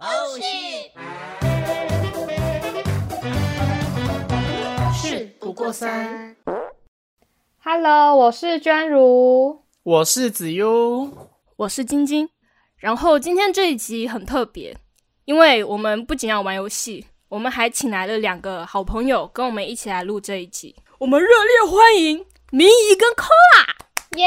Oh shit！ 事不过三。 Hello， 我是娟如， 我是子悠， 我是晶晶。然后今天这一集很特别，因为我们不仅要玩游戏，我们还请来了2个好朋友跟我们一起来录这一集。我们热烈欢迎明仪跟 Cola。 耶！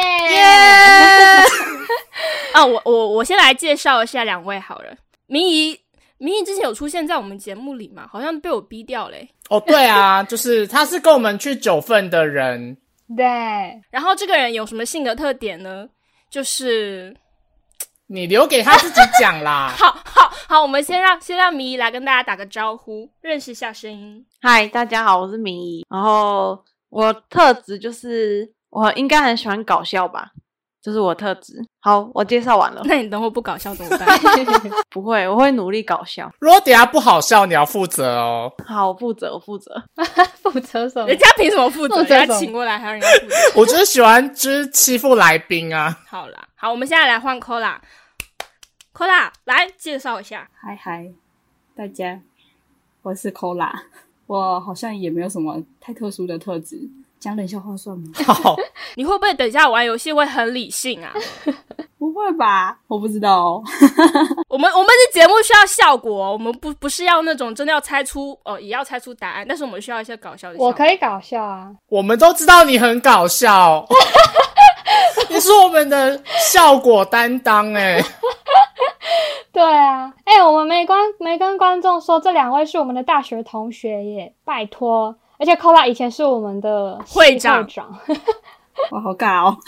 啊，我先来介绍一下2位好了。明仪之前有出现在我们节目里嘛？好像被我逼掉嘞。 哦，对啊，就是他是跟我们去9份的人。 对。 然后这个人有什么性格特点呢？就是你留给他自己讲啦。 好，我们先让明仪来跟大家打个招呼，认识一下声音。 嗨，大家好，我是明仪。然后我特质就是我应该很喜欢搞笑吧，这是我特质。好，我介绍完了。 那你等会不搞笑怎么办？ 不会，我会努力搞笑。 如果等一下不好笑，你要负责哦。 好，我负责。 负责什么？ 人家凭什么负责？人家请过来还要人家负责？ 我就是喜欢就是欺负来宾啊。 好啦，好，我们现在来换 Cola。Cola 来介绍一下。 嗨，大家，我是 Cola。我好像也没有什么太特殊的特质，讲冷笑话算吗？ 好， 你会不会等一下玩游戏会很理性啊？ 不会吧，我不知道哦。 我们这节目需要效果，我们不是要那种真的要猜出也要猜出答案，但是我们需要一些搞笑的效果。 我可以搞笑啊， 我们都知道你很搞笑。你是我们的效果担当欸。 对啊，我们没跟观众说这2位是我们的大学同学耶，拜托。而且 Cola 以前是我们的会长。 哇，好尬哦。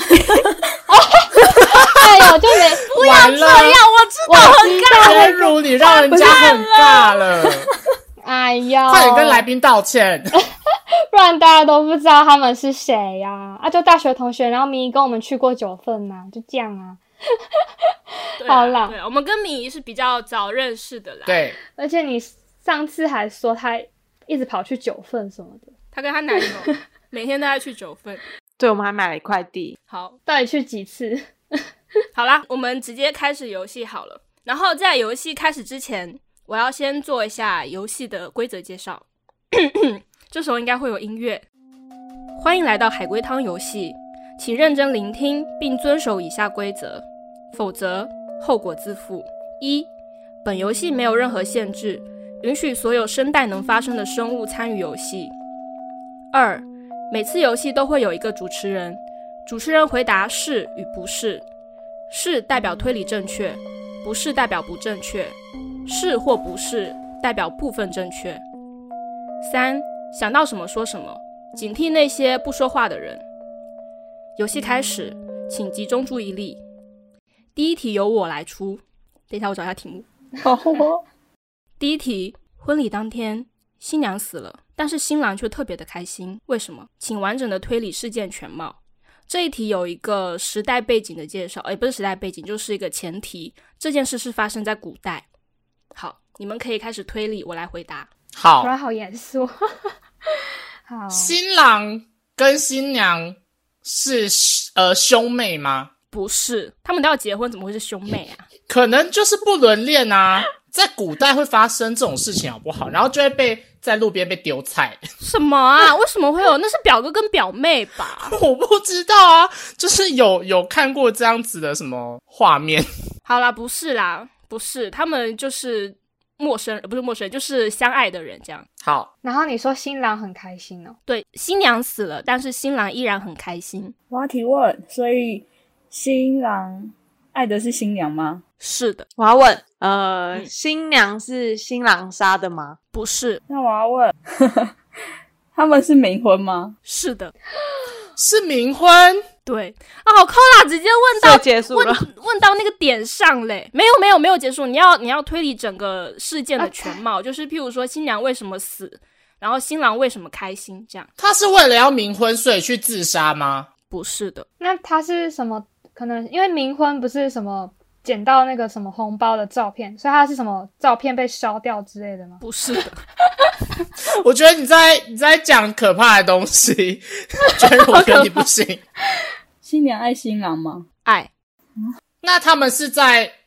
哎呦，就没不要这样，我知道很尬。 娟如你让人家很尬了。 哎呦， 快点跟来宾道歉。 不然大家都不知道他们是谁呀。就大学同学，然后明仪跟我们去过9份啊，就这样啊。好啦， 对，我们跟明仪是比较早认识的啦。 对， 而且你上次还说他一直跑去9份什么的， 她跟她男友每天都在去9份。 对，我们还买了一块地。 好， 到底去几次？ 好啦，我们直接开始游戏好了。然后在游戏开始之前，我要先做一下游戏的规则介绍。这时候应该会有音乐。欢迎来到海龟汤游戏，请认真聆听并遵守以下规则，否则后果自负。1. 本游戏没有任何限制，允许所有声带能发声的生物参与游戏。2. 每次游戏都会有一个主持人，主持人回答是与不是，是代表推理正确，不是代表不正确，是或不是代表部分正确。3. 想到什么说什么，警惕那些不说话的人。游戏开始，请集中注意力。第一题由我来出，等一下我找一下题目。 好哦。 第一题，婚礼当天，新娘死了，但是新郎却特别的开心，为什么？请完整的推理事件全貌。这一题有一个时代背景的介绍，不是时代背景，就是一个前提，这件事是发生在古代。好，你们可以开始推理，我来回答。 好， 突然好严肃。好， 新郎跟新娘是兄妹吗？ 不是，他们都要结婚，怎么会是兄妹啊？ 可能就是不伦恋啊。在古代会发生这种事情好不好？然后就会被在路边被丢菜。 什么啊？为什么会有？那是表哥跟表妹吧？ 我不知道啊，就是有看过这样子的什么画面。 好啦，不是啦，不是，他们就是陌生人，不是陌生人，就是相爱的人这样。 好， 然后你说新郎很开心哦。 对，新娘死了，但是新郎依然很开心。 我要提问，所以新郎爱的是新娘吗？ 是的。 我要问，新娘是新郎杀的吗？ 不是。 那我要问，他们是冥婚吗？ 是的。 是冥婚。 对啊，扣啦，直接问到结束了， 问到那个点上嘞。没有结束，你要推理整个事件的全貌，就是譬如说新娘为什么死，然后新郎为什么开心，这样。 他是为了要冥婚所以去自杀吗？ 不是的。 那他是什么？可能因为冥婚不是什么捡到那个什么红包的照片，所以他是什么照片被烧掉之类的吗？ 不是的。 我觉得你在讲可怕的东西，觉得我觉得你不行。 新娘爱新郎吗？ 爱。 那他们是在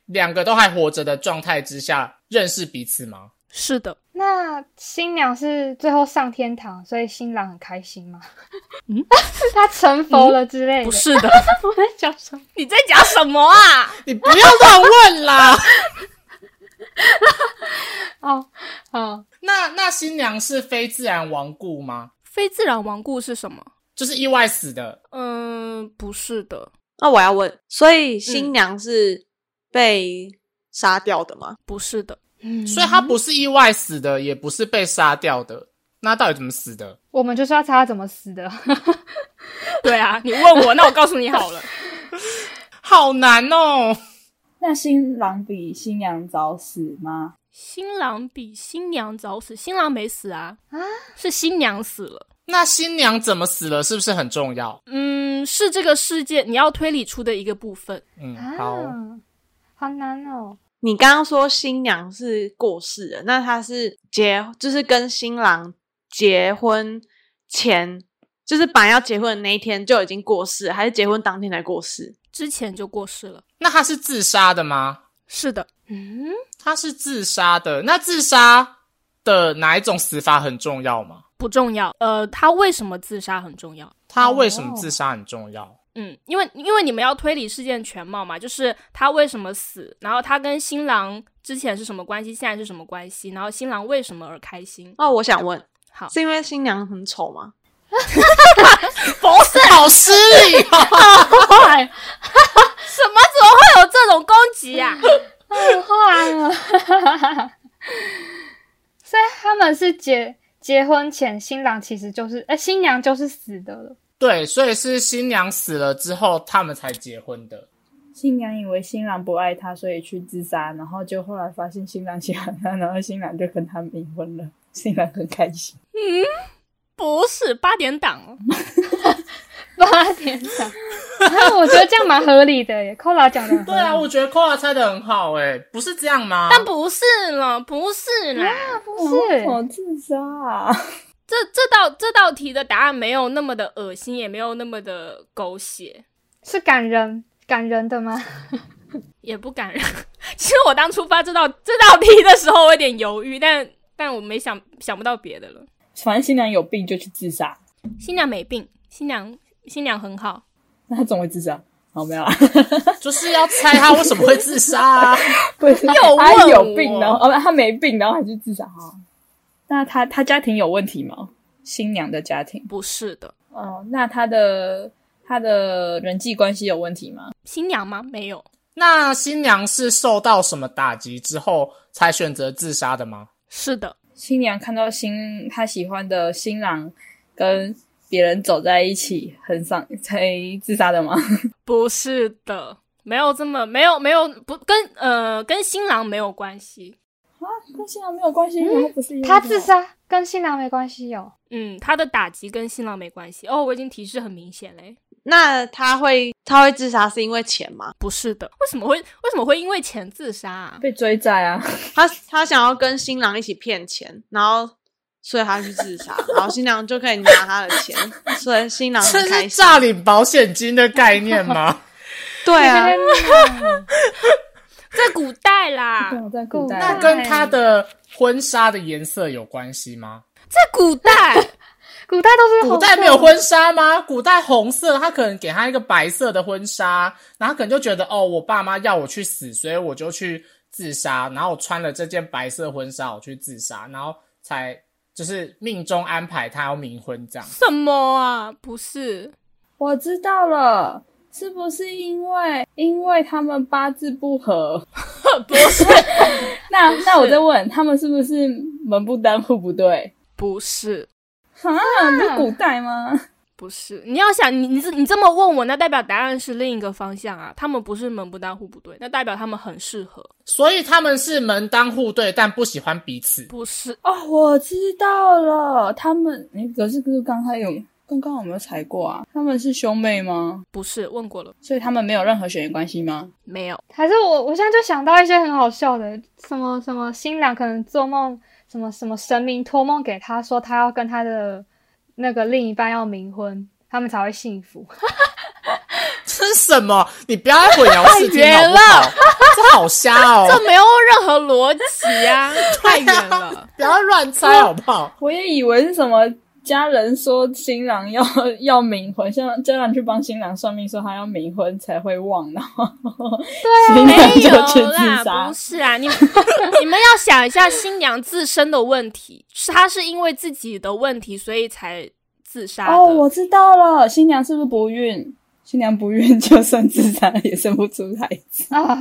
两个都还活着的状态之下认识彼此吗？ 是的。 那新娘是最后上天堂，所以新郎很开心吗？他成佛了之类的？ 不是的。 我在讲什么？ 你在讲什么啊？ 你不要乱问啦！ 哦， 那新娘是非自然亡故吗？ 非自然亡故是什么？ 就是意外死的。 不是的。 那我要问，所以新娘是被杀掉的吗？ 不是的。 所以她不是意外死的，也不是被杀掉的。那到底怎么死的？ 我们就是要猜他怎么死的。 对啊，你问我，那我告诉你好了。 好难哦。 那新郎比新娘早死吗？ 新郎比新娘早死，新郎没死啊，是新娘死了。 那新娘怎么死了，是不是很重要？ 是这个世界你要推理出的一个部分。 好， 好难哦。 你刚刚说新娘是过世了，那她是就是跟新郎结婚前，就是本来要结婚的那一天就已经过世了，还是结婚当天才过世？ 之前就过世了。 那她是自杀的吗？ 是的。 她是自杀的。那自杀的哪一种死法很重要吗？ 不重要。她为什么自杀很重要。 她为什么自杀很重要？ 因为你们要推理事件全貌嘛，就是他为什么死，然后他跟新郎之前是什么关系，现在是什么关系，然后新郎为什么而开心。 我想问， 好， 是因为新娘很丑吗？ 不是，好失礼哦。 什么？怎么会有这种攻击啊？ 太坏了。所以他们是结婚前，新郎其实就是新娘就是死的了。 对，所以是新娘死了之后他们才结婚的。 新娘以为新郎不爱她，所以去自杀，然后就后来发现新郎喜欢她，然后新郎就跟她冥婚了，新郎很开心。 不是8点档哦。 8点档。我觉得这样蛮合理的耶。Cola 讲的很合理。 对啊，我觉得 Cola 猜的很好诶，不是这样吗？ 但不是了，不是啦， 不是。 怎么自杀啊？ 这道题的答案没有那么的恶心，也没有那么的狗血。 是感人的吗？ 也不感人。其实我当初发这道题的时候，我有点犹豫，但我没想不到别的了。 反正新娘有病就去自杀。 新娘没病，新娘很好。 那她怎么会自杀？好，没有啦。 就是要猜她为什么会自杀啊。 不是， 又问她有我病，然后她没病，然后还去自杀。那她家庭有问题吗？新娘的家庭不是的。 那她的人际关系有问题吗？ 新娘吗？没有。 那新娘是受到什么打击之后才选择自杀的吗？ 是的。 新娘看到她喜欢的新郎跟别人走在一起，很伤才自杀的吗？ 不是的，没有不跟新郎没有关系。 跟新郎没有关系，然后不是他自杀跟新郎没关系哟。 他的打击跟新郎没关系。我已经提示很明显嘞。 那他会自杀是因为钱吗？ 不是的。为什么会因为钱自杀啊？ 被追债啊。 他想要跟新郎一起骗钱，然后所以他去自杀，然后新娘就可以拿他的钱，所以新郎很开心。 这是诈领保险金的概念吗？ 对啊。 在古代啦。 在古代。 那跟他的婚纱的颜色有关系吗？ 在古代。 古代都是红色。 古代没有婚纱吗？古代红色，他可能给他一个白色的婚纱，然后可能就觉得我爸妈要我去死，所以我就去自杀，然后我穿了这件白色婚纱我去自杀，然后才就是命中安排他要冥婚这样。 什么啊？不是。 我知道了，是不是因为他们八字不合？ 不是。 那我再问，他们是不是门不当户不对？ 不是。 不是古代吗？ 不是。你要想，你这么问我，那代表答案是另一个方向啊。他们不是门不当户不对，那代表他们很适合。 所以他们是门当户对，但不喜欢彼此。 不是。 我知道了，他们可是刚刚有没有猜过啊？他们是兄妹吗？ 不是，问过了。 所以他们没有任何血缘关系吗？ 没有。 还是我现在就想到一些很好笑的，什么新郎可能做梦，什么神明托梦给他说他要跟他的那个另一半要冥婚，他们才会幸福。 这是什么？你不要再混淆视听好不太好？这好瞎哦！ 这没有任何逻辑啊，太远了。 不要乱猜好不好？ 我也以为是什么家人说新郎要冥婚，像家人去帮新郎算命说他要冥婚才会旺，然后新没娘就有去自啦， 杀不。是啊，你们要想一下新娘自身的问题，她是因为自己的问题所以才自杀的。 哦，我知道了，新娘是不是不孕？新娘不孕就算自杀也生不出孩子。 啊，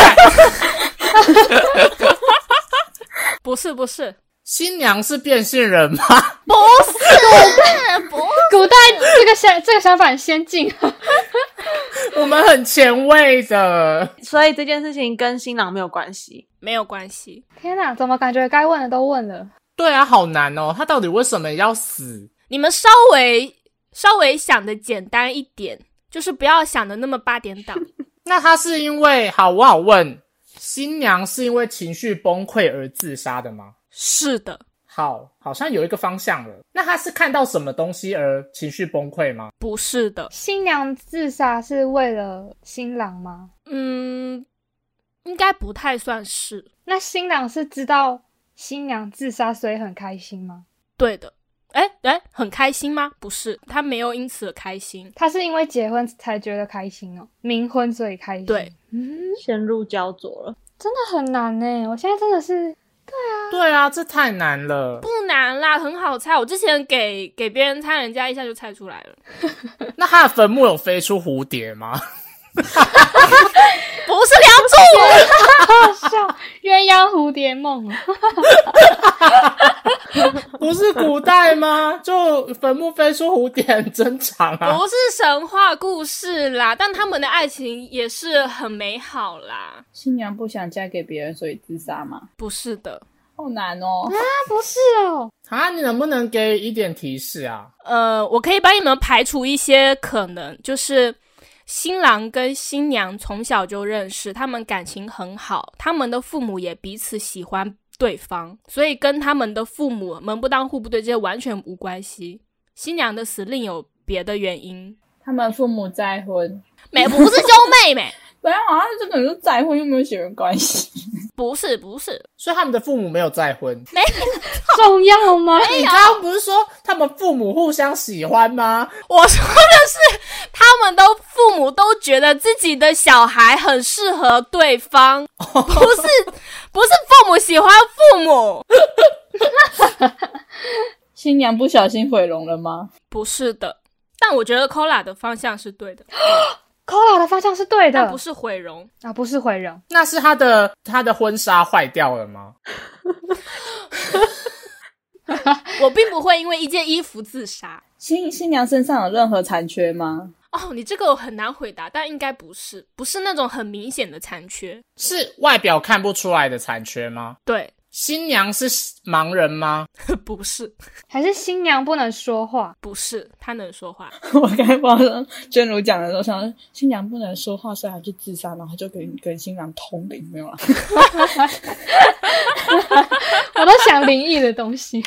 不是， 新娘是变性人吗？ 不是，不古代这个想法很先进。 我们很前卫的。 所以这件事情跟新郎没有关系。 没有关系。 天哪，怎么感觉该问的都问了？ 对啊，好难哦，他到底为什么要死？ 你们稍微想的简单一点，就是不要想的那么八点档。 那他是因为我好问，新娘是因为情绪崩溃而自杀的吗？ 是的， 好像有一个方向了。那他是看到什么东西而情绪崩溃吗？ 不是的。 新娘自杀是为了新郎吗？ 应该不太算是。 那新郎是知道新娘自杀所以很开心吗？ 对的。很开心吗？不是，他没有因此而开心。 他是因为结婚才觉得开心哦，冥婚所以开心。 对， 陷入焦灼了。 真的很难耶，我现在真的是对啊，这太难了。 不难啦，很好猜。我之前给别人猜，人家一下就猜出来了。 那他的坟墓有飞出蝴蝶吗？ 不是梁祝， 好笑，鸳鸯蝴蝶梦。 不是古代吗？就坟墓飞出蝴蝶很正常啊。 不是神话故事啦，但他们的爱情也是很美好啦。 新娘不想嫁给别人，所以自杀吗？ 不是的， 好难哦。 不是哦， 你能不能给一点提示啊？ 我可以帮你们排除一些可能，就是新郎跟新娘从小就认识，他们感情很好，他们的父母也彼此喜欢对方，所以跟他们的父母门不当户不对这些完全无关系。新娘的死另有别的原因， 他们父母再婚， 不是兄妹妹。 没有啊，这个人就再婚又没有血缘关系。 不是， 所以他们的父母没有再婚。 重要吗？ 你刚刚不是说他们父母互相喜欢吗？ 我说的是他们的父母都觉得自己的小孩很适合对方，不是父母喜欢父母。 新娘不小心毁容了吗？ 不是的，但我觉得 Cola 的方向是对的。 Cola 的方向是对的， 但不是毁容啊，不是毁容。 那是他的婚纱坏掉了吗？ 我并不会因为一件衣服自杀。 新娘身上有任何残缺吗？ 哦，你这个我很难回答，但应该不是那种很明显的残缺。 是外表看不出来的残缺吗？ 对， 新娘是盲人吗？ 不是， 还是新娘不能说话？ 不是，她能说话。 我刚才不知道娟如讲的时候，想说新娘不能说话，所以她去自杀，然后就跟新郎通灵，没有啦。 我都想灵异的东西。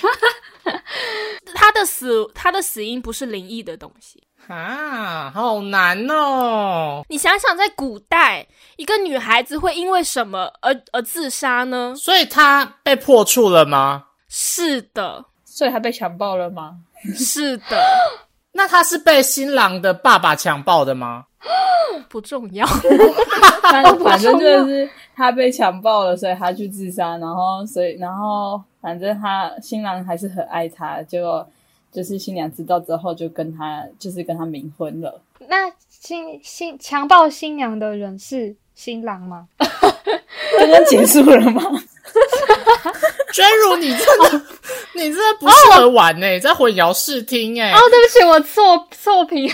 她的死因不是灵异的东西。 好难哦！ 你想想，在古代，一个女孩子会因为什么而自杀呢？ 所以她被破处了吗？ 是的。 所以她被强暴了吗？ 是的。 那她是被新郎的爸爸强暴的吗？ 不重要。 反正就是她被强暴了，所以她去自杀，然后反正新郎还是很爱她，结果就是新娘知道之后就跟他冥婚了。 那强暴新娘的人是新郎吗？ 刚刚结束了吗？ 娟如，你真的不适合玩欸，在混淆视听欸。 哦，对不起，我错评。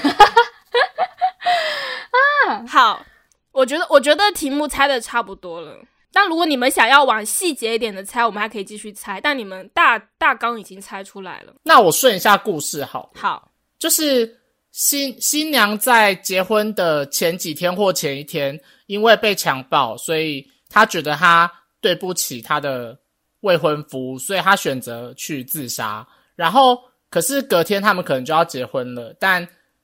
好，我觉得题目猜的差不多了。但如果你们想要往细节一点的猜，我们还可以继续猜。但你们大纲已经猜出来了。 那我顺一下故事好。 好， 就是新娘在结婚的前几天或前一天，因为被强暴，所以她觉得她对不起她的未婚夫，所以她选择去自杀。然后，可是隔天他们可能就要结婚了，但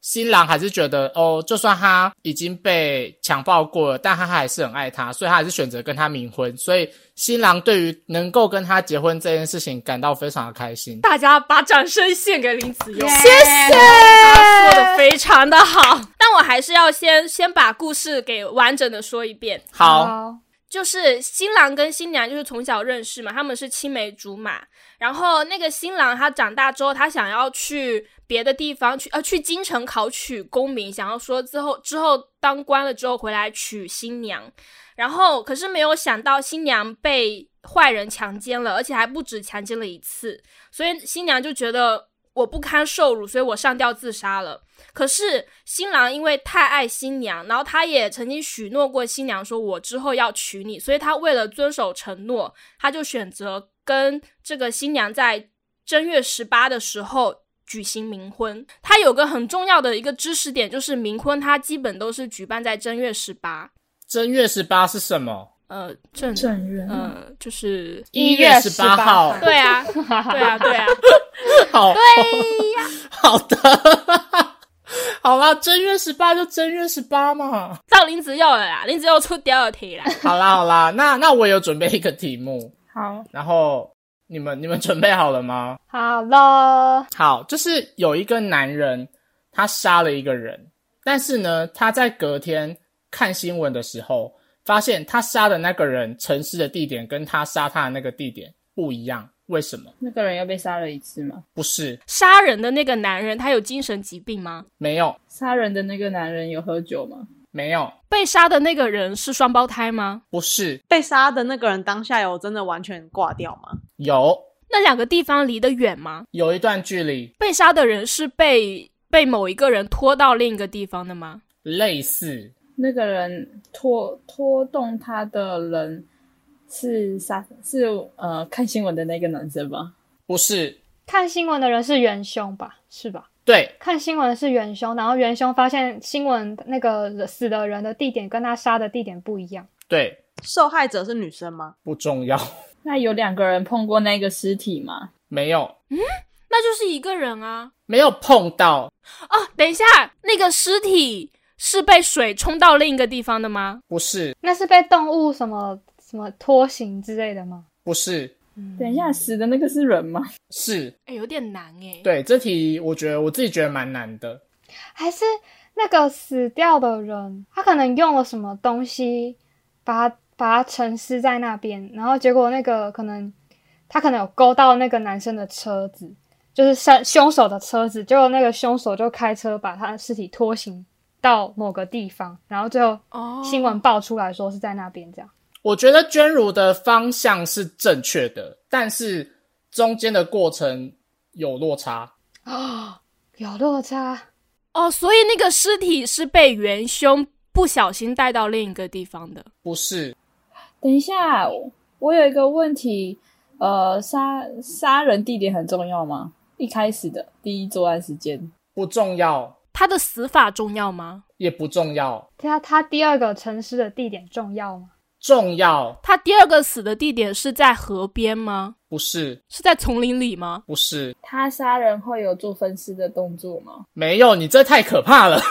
新郎还是觉得就算他已经被强暴过了，但他还是很爱他，所以他还是选择跟他冥婚。所以新郎对于能够跟他结婚这件事情感到非常的开心。 大家把掌声献给林子佑， Yeah 谢谢，他说的非常的好。但我还是要先把故事给完整的说一遍。 好， 就是新郎跟新娘就是从小认识嘛，他们是青梅竹马。然后那个新郎他长大之后，他想要去别的地方去京城考取功名，想要说之后当官了之后回来娶新娘。然后可是没有想到新娘被坏人强奸了，而且还不止强奸了一次，所以新娘就觉得我不堪受辱，所以我上吊自杀了。可是新郎因为太爱新娘，然后他也曾经许诺过新娘说我之后要娶你，所以他为了遵守承诺，他就选择跟这个新娘在正月18的时候举行冥婚。他有个很重要的一个知识点，就是冥婚它基本都是举办在正月18。 正月18是什么？ 正月就是 1月18号。 对啊对啊好， 对呀， 好的好啦，正月18就正月18嘛。 到林子佑了啦，林子佑出第二题啦。 好啦，那我有准备一个题目， 好， 然后你们准备好了吗？ 好了， 好，就是有一个男人他杀了一个人，但是呢他在隔天看新闻的时候发现他杀的那个人沉尸的地点跟他杀他的那个地点不一样，为什么？ 那个人又被杀了一次吗？ 不是， 杀人的那个男人他有精神疾病吗？ 没有， 杀人的那个男人有喝酒吗？ 没有， 被杀的那个人是双胞胎吗？ 不是， 被杀的那个人当下有真的完全挂掉吗？ 有， 那两个地方离得远吗？ 有一段距离， 被杀的人是被某一个人拖到另一个地方的吗？ 类似， 那个人拖动他的人是看新闻的那个男生吗？ 不是， 看新闻的人是元凶吧？是吧？ 对， 看新闻的是元凶，然后元凶发现新闻那个死的人的地点跟他杀的地点不一样。 对， 受害者是女生吗？ 不重要， 那有2个人碰过那个尸体吗？ 没有， 那就是一个人啊。 没有碰到， 哦，等一下，那个尸体是被水冲到另一个地方的吗？ 不是， 那是被动物什么拖行之类的吗？ 不是， 等一下，死的那个是人吗？ 是， 有点难耶。 对，这题我自己觉得蛮难的。 还是那个死掉的人，他可能用了什么东西把他沉尸在那边，然后结果那个他可能有勾到那个男生的车子，就是凶手的车子，结果那个凶手就开车把他的尸体拖行到某个地方，然后最后新闻爆出来说是在那边这样。 我觉得娟如的方向是正确的，但是中间的过程有落差。 有落差哦，所以那个尸体是被元凶不小心带到另一个地方的。 不是， 等一下，我有一个问题，杀人地点很重要吗？一开始的第一作案时间不重要， 他的死法重要吗？ 也不重要， 他第二个沉尸的地点重要吗？ 重要， 他第二个死的地点是在河边吗？ 不是， 是在丛林里吗？ 不是， 他杀人会有做分尸的动作吗？ 没有，你这太可怕了。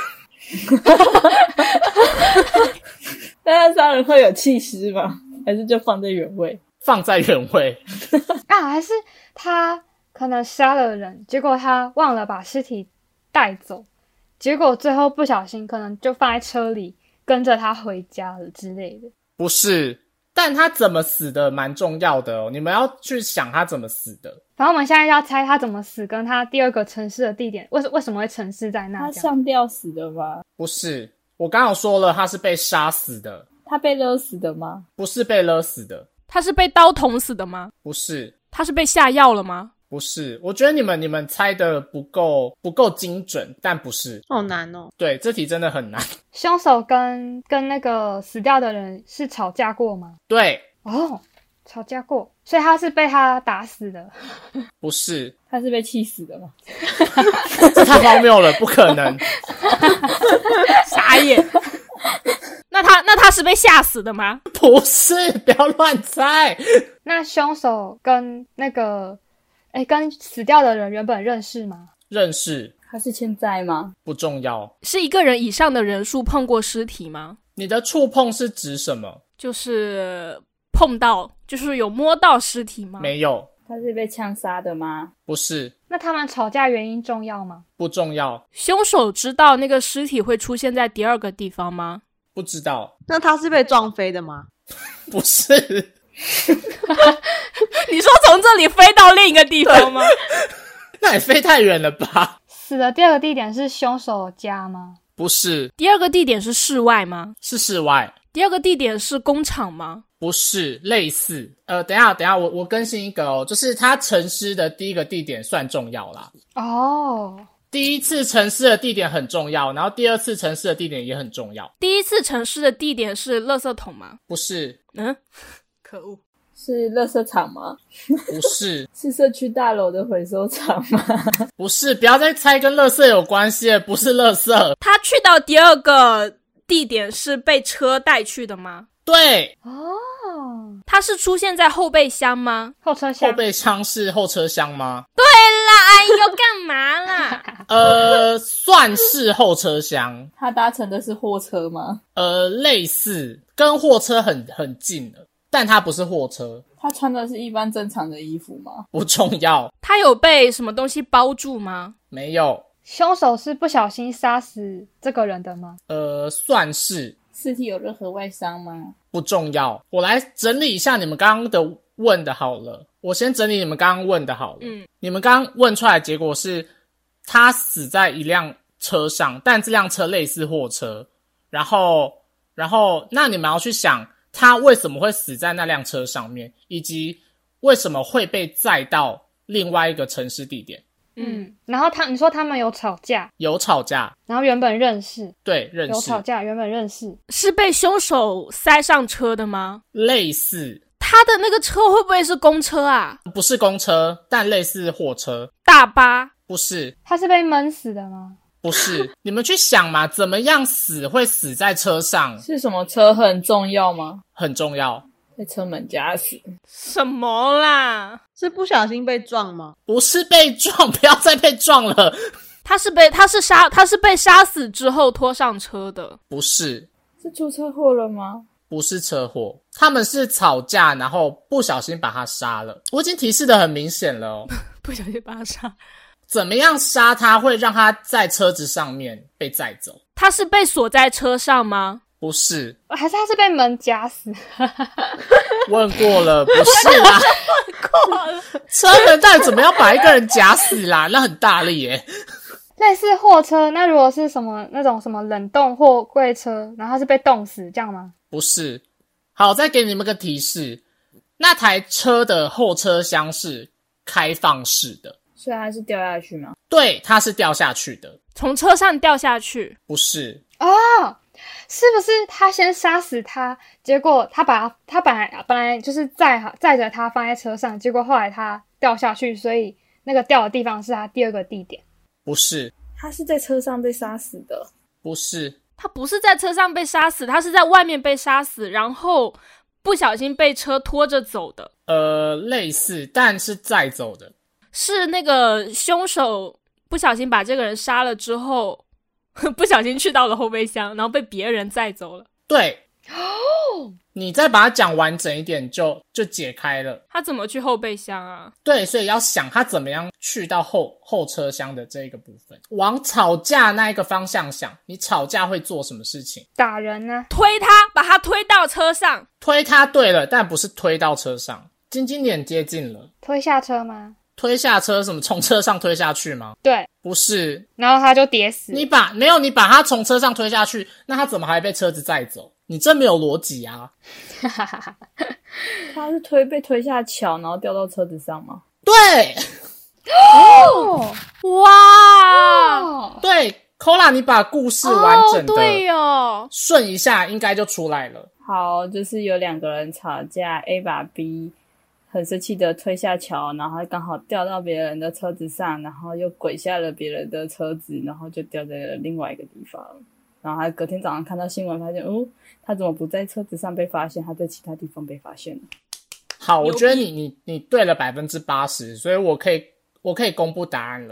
那他杀人会有弃尸吗？还是就放在原位？ 放在原位。 还是他可能杀了人，结果他忘了把尸体带走，结果最后不小心可能就放在车里跟着他回家了之类的。 不是，但他怎么死的蛮重要的哦，你们要去想他怎么死的。 然后我们现在要猜他怎么死，跟他第二个沉尸的地点为什么会沉尸在那？ 他上吊死的吗？ 不是，我刚好说了他是被杀死的。 他被勒死的吗？ 不是被勒死的。 他是被刀捅死的吗？ 不是。 他是被下药了吗？ 不是，我觉得你们猜的不够精准，但不是。 好难哦。 对，这题真的很难。 凶手跟那个死掉的人是吵架过吗？ 对。 吵架过，所以他是被他打死的。 不是。 他是被气死的吗？ 这太荒谬了，不可能。 傻眼。那他是被吓死的吗？ 不是，不要乱猜。 那凶手跟跟死掉的人原本认识吗？ 认识， 他是欠债吗？ 不重要。 是一个人以上的人数碰过尸体吗？ 你的触碰是指什么？ 就是碰到，就是有摸到尸体吗？ 没有。 他是被枪杀的吗？ 不是。 那他们吵架原因重要吗？ 不重要。 凶手知道那个尸体会出现在第二个地方吗？ 不知道。 那他是被撞飞的吗？ 不是。 你说从这里飞到另一个地方吗？ 那也飞太远了吧。 死的第二个地点是凶手家吗？ 不是。 第二个地点是室外吗？ 是室外。 第二个地点是工厂吗？ 不是，类似。等一下，我更新一个哦，就是他沉尸的第一个地点算重要啦。 哦， 第一次沉尸的地点很重要，然后第二次沉尸的地点也很重要。 第一次沉尸的地点是垃圾桶吗？ 不是。 可恶。 是垃圾场吗？ 不是。 是社区大楼的回收厂吗？ 不是，不要再猜跟垃圾有关系了，不是垃圾。 他去到第二个地点是被车带去的吗？ 对。 哦， 他是出现在后备箱吗？ 后车厢。 后备箱是后车厢吗？ 对啦，哎呦，干嘛啦？ 算是后车厢。 他搭乘的是货车吗？ 类似，跟货车很近了，但它不是货车。 他穿的是一般正常的衣服吗？ 不重要。 他有被什么东西包住吗？ 没有。 凶手是不小心杀死这个人的吗？ 算是。 尸体有任何外伤吗？ 不重要。我来整理一下你们刚刚的问的好了。我先整理你们刚刚问的好了。你们刚刚问出来的结果是他死在一辆车上，但这辆车类似货车。然后那你们要去想他为什么会死在那辆车上面，以及为什么会被载到另外一个城市地点。 然后你说他们有吵架？ 有吵架。 然后原本认识？ 对，认识。 有吵架，原本认识。 是被凶手塞上车的吗？ 类似。 他的那个车会不会是公车啊？ 不是公车，但类似货车。 大巴？ 不是。 他是被闷死的吗？ 不是。你们去想嘛，怎么样死会死在车上？ 是什么车很重要吗？ 很重要。 被车门夹死。 什么啦？ 是不小心被撞吗？ 不是被撞，不要再被撞了。 他是被杀死之后拖上车的。 不是。 是出车祸了吗？ 不是车祸，他们是吵架，然后不小心把他杀了。我已经提示得很明显了哦。 不小心把他杀。 怎么样杀他会让他在车子上面被载走？ 他是被锁在车上吗？ 不是。 还是他是被门夹死？ 问过了，不是啦。 问过了。 车门到底怎么样把一个人夹死啦？那很大力耶。 类似货车，那如果是什么那种什么冷冻货柜车，然后他是被冻死这样吗？ 不是。好，再给你们个提示，那台车的后车厢是开放式的。 所以他是掉下去吗？ 对，它是掉下去的。 从车上掉下去？ 不是。 哦，是不是他先杀死他，结果他本来就是载着他放在车上，结果后来他掉下去，所以那个掉的地方是他第二个地点？ 不是。 他是在车上被杀死的？ 不是。 他不是在车上被杀死，他是在外面被杀死，然后不小心被车拖着走的。 类似，但是载走的。 是那个凶手不小心把这个人杀了之后，不小心去到了后备箱，然后被别人载走了。 对。你再把它讲完整一点就解开了。 他怎么去后备箱啊？ 对，所以要想他怎么样去到后车厢的这个部分，往吵架那一个方向想。你吵架会做什么事情？ 打人呢？ 推他，把他推到车上。 推他对了，但不是推到车上，近点接近了。 推下车吗？ 推下车什么？从车上推下去吗？ 对。 不是。 然后他就跌死。 你把他从车上推下去，那他怎么还被车子载走？你这没有逻辑啊。 他是被推下桥，然后掉到车子上吗？ 对。 哦， 哇， 对 ，Cola， 你把故事完整的对哦， 顺一下，应该就出来了。 好，就是有两个人吵架 ，A 把 B 很生气的推下桥，然后他刚好掉到别人的车子上，然后又滚下了别人的车子，然后就掉在了另外一个地方。然后他隔天早上看到新闻，发现他怎么不在车子上被发现，他在其他地方被发现了。 好，我觉得你对了80%，所以我可以公布答案了。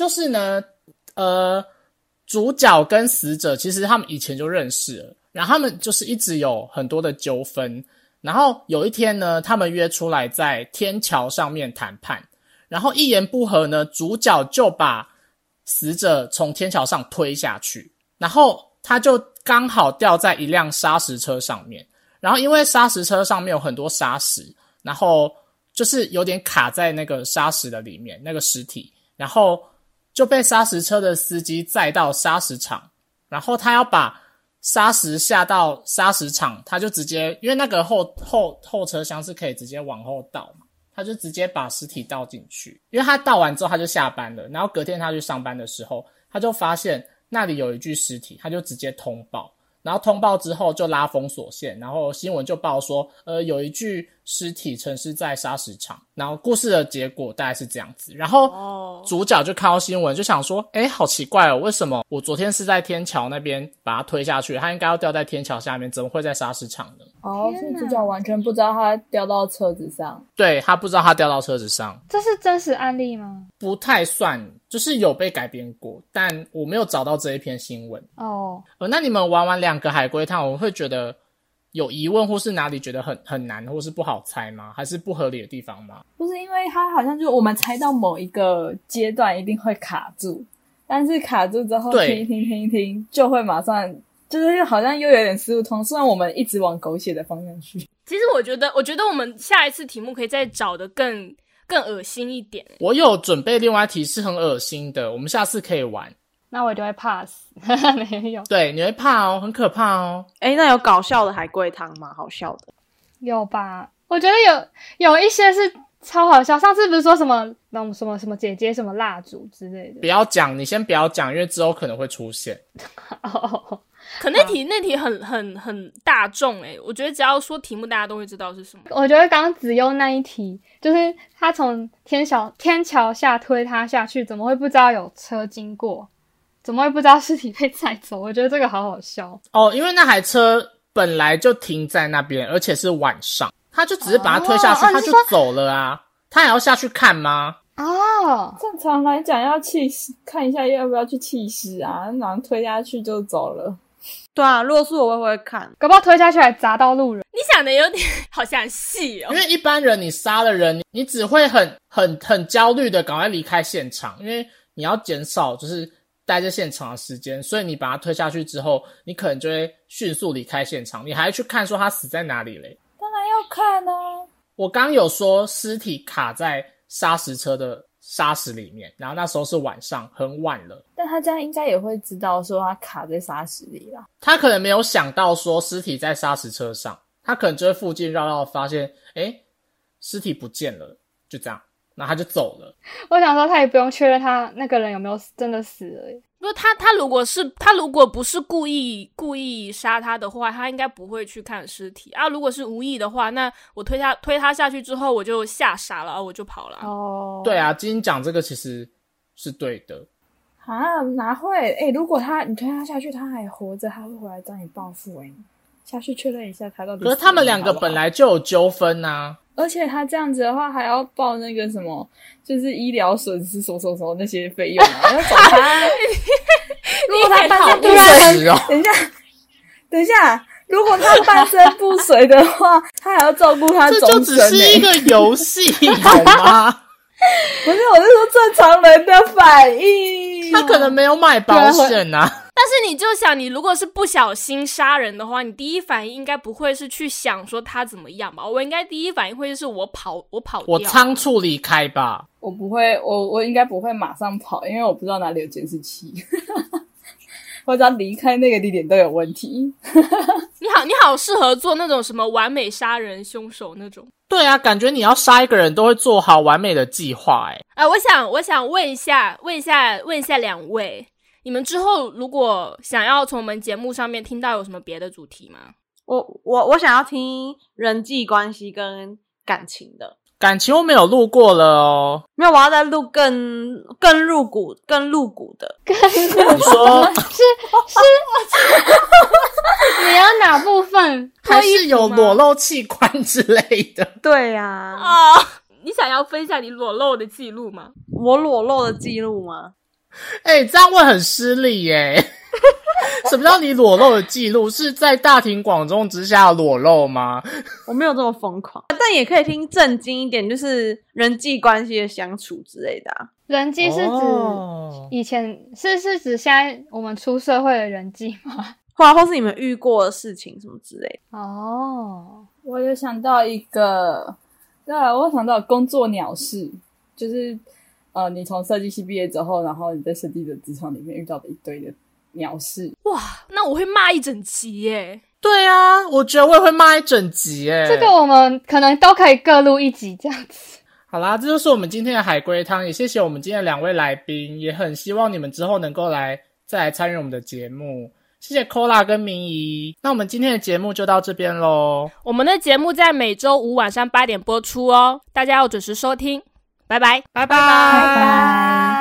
就是呢，主角跟死者其实他们以前就认识了，然后他们就是一直有很多的纠纷，然后有一天呢，他们约出来在天桥上面谈判，然后一言不合呢，主角就把死者从天桥上推下去，然后他就刚好掉在一辆砂石车上面，然后因为砂石车上面有很多砂石，然后就是有点卡在那个砂石的里面，那个尸体，然后就被砂石车的司机载到砂石场，然后他要把砂石下到砂石场，他就直接因为那个后车厢是可以直接往后倒嘛，他就直接把尸体倒进去，因为他倒完之后他就下班了，然后隔天他去上班的时候，他就发现那里有一具尸体，他就直接通报，然后通报之后就拉封锁线，然后新闻就报说有一具尸体沉尸在砂石场，然后故事的结果大概是这样子，然后主角就看到新闻就想说好奇怪哦，为什么我昨天是在天桥那边把他推下去，他应该要掉在天桥下面，怎么会在砂石场呢？ 所以主角完全不知道他掉到车子上。 对，他不知道他掉到车子上。 这是真实案例吗？ 不太算，就是有被改编过，但我没有找到这一篇新闻。那你们玩完2个海龟汤，我会觉得有疑问或是哪里觉得很难或是不好猜吗？还是不合理的地方吗？ 不是，因为他好像就是我们猜到某一个阶段一定会卡住，但是卡住之后听一听就会马上就是好像又有点思路通，虽然我们一直往狗血的方向去。 其实我觉得我们下一次题目可以再找的更恶心一点。 我有准备另外一题是很恶心的，我们下次可以玩。 那我就会 pass 没有。 对，你会怕哦，很可怕哦。 那有搞笑的海龟汤吗？好笑的有吧？我觉得有一些是超好笑，上次不是说什么那种什么姐姐什么蜡烛之类的？ 不要讲，你先不要讲，因为之后可能会出现。 可那题很大众我觉得只要说题目大家都会知道是什么。 我觉得刚刚子悠那一题就是他从天桥下推他下去，怎么会不知道有车经过？怎么会不知道尸体被载走？我觉得这个好好笑因为那台车本来就停在那边，而且是晚上，他就只是把它推下去，他就走了啊。他还要下去看吗？ 正常来讲要弃尸，看一下要不要去弃尸啊，然后推下去就走了。 对啊，如果是我会看， 搞不好推下去还砸到路人。 你想的有点好详细哦。 因为一般人你杀了人，你只会很焦虑的赶快离开现场，因为你要减少就是待在现场的时间，所以你把他推下去之后，你可能就会迅速离开现场，你还去看说他死在哪里嘞？ 当然要看啊。 我刚有说尸体卡在砂石车的砂石里面，然后那时候是晚上，很晚了。 但他这样应该也会知道说他卡在砂石里啦。 他可能没有想到说尸体在砂石车上，他可能就会附近绕绕发现尸体不见了，就这样，然后他就走了。 我想说他也不用确认他那个人有没有真的死了耶。 不是他如果不是故意杀他的话，他应该不会去看尸体啊。如果是无意的话，那我推他下去之后，我就吓傻了，我就跑了。 对啊，今天讲这个其实是对的哪会？如果你推他下去，他还活着，他会回来找你报复下去确认一下他到底。 可是他们2个本来就有纠纷啊。 而且他这样子的话，还要报那个什么，就是医疗损失什么那些费用要找他。如果他半身不遂，等一下，如果他半身不遂的话，他还要照顾他终身。 这就只是一个游戏，好吗？ 不是，我是说正常人的反应。 他可能没有买保险啊。 但是你就想，你如果是不小心杀人的话，你第一反应应该不会是去想说他怎么样吧？我应该第一反应会是我跑掉， 我仓促离开吧。 我不会，我应该不会马上跑，因为我不知道哪里有监视器。我只要离开那个地点都有问题。 你好适合做那种什么完美杀人凶手那种。 对啊，感觉你要杀一个人都会做好完美的计划我想问一下2位，你们之后如果想要从我们节目上面听到有什么别的主题吗？ 我想要听人际关系跟感情的。 感情我没有录过了哦。 没有，我要再录更入骨的。 你说是你要哪部分？ 还是有裸露器官之类的？ 对啊。 你想要分享你裸露的记录吗？ 我裸露的记录吗？ 这样会很失礼耶。什么叫你裸露的记录？是在大庭广众之下裸露吗？ 我没有这么疯狂，但也可以听正经一点，就是人际关系的相处之类的啊。 人际是指以前是指现在我们出社会的人际吗？ 或是你们遇过的事情什么之类的。 哦， 我有想到一个，对啊，我有想到工作鸟事，就是你从设计系毕业之后，然后你在设计的职场里面遇到的一堆的鸟事。 哇，那我会骂一整集耶。 对啊，我觉得我也会骂一整集耶。 这个我们可能都可以各录一集这样子。 好啦，这就是我们今天的海龟汤，也谢谢我们今天的2位来宾，也很希望你们之后能够再来参与我们的节目。谢谢 Cola 跟明仪，那我们今天的节目就到这边咯。 我们的节目在每周5晚上8点播出哦，大家要准时收听，拜拜， 拜拜， 拜拜。